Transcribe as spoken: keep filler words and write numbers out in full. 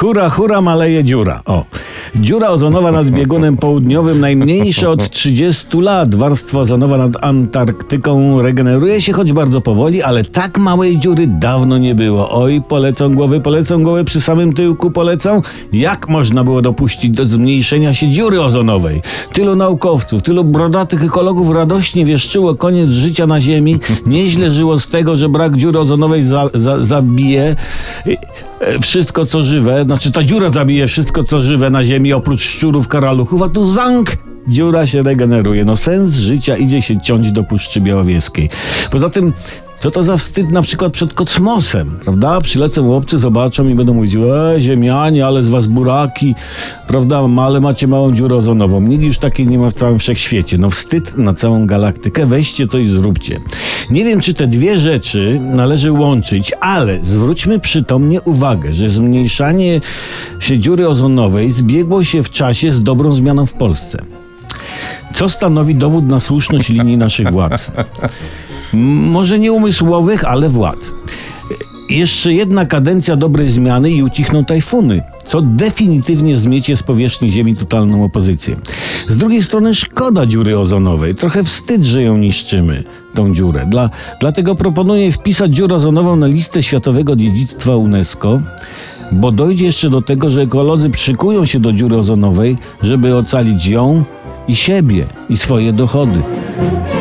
Hura, hura, maleje dziura. O. Dziura ozonowa nad biegunem południowym, najmniejsza od trzydziestu lat. Warstwa ozonowa nad Antarktyką regeneruje się, choć bardzo powoli, ale tak małej dziury dawno nie było. Oj, polecą głowy, polecą głowy, przy samym tyłku polecą. Jak można było dopuścić do zmniejszenia się dziury ozonowej? Tylu naukowców, tylu brodatych ekologów radośnie wieszczyło koniec życia na Ziemi. Nieźle żyło z tego, że brak dziury ozonowej za, za, zabije wszystko, co żywe. Znaczy, ta dziura zabije wszystko, co żywe na Ziemi, oprócz szczurów, karaluchów, a tu zank! Dziura się regeneruje. No sens życia idzie się ciąć do Puszczy Białowieskiej. Poza tym, co to za wstyd na przykład przed kosmosem, prawda? Przylecą łowcy, zobaczą i będą mówić: e, ziemianie, ale z was buraki, prawda? Ale macie małą dziurę ozonową. Nikt już takiej nie ma w całym wszechświecie. No wstyd na całą galaktykę. Weźcie to i zróbcie. Nie wiem, czy te dwie rzeczy należy łączyć, ale zwróćmy przytomnie uwagę, że zmniejszanie się dziury ozonowej zbiegło się w czasie z dobrą zmianą w Polsce. Co stanowi dowód na słuszność linii naszych władz. Może nie umysłowych, ale władz. Jeszcze jedna kadencja dobrej zmiany i ucichną tajfuny, co definitywnie zmiecie z powierzchni Ziemi totalną opozycję. Z drugiej strony szkoda dziury ozonowej. Trochę wstyd, że ją niszczymy, tą dziurę. Dla, dlatego proponuję wpisać dziurę ozonową na listę Światowego Dziedzictwa UNESCO, bo dojdzie jeszcze do tego, że ekolodzy przykują się do dziury ozonowej, żeby ocalić ją i siebie, i swoje dochody.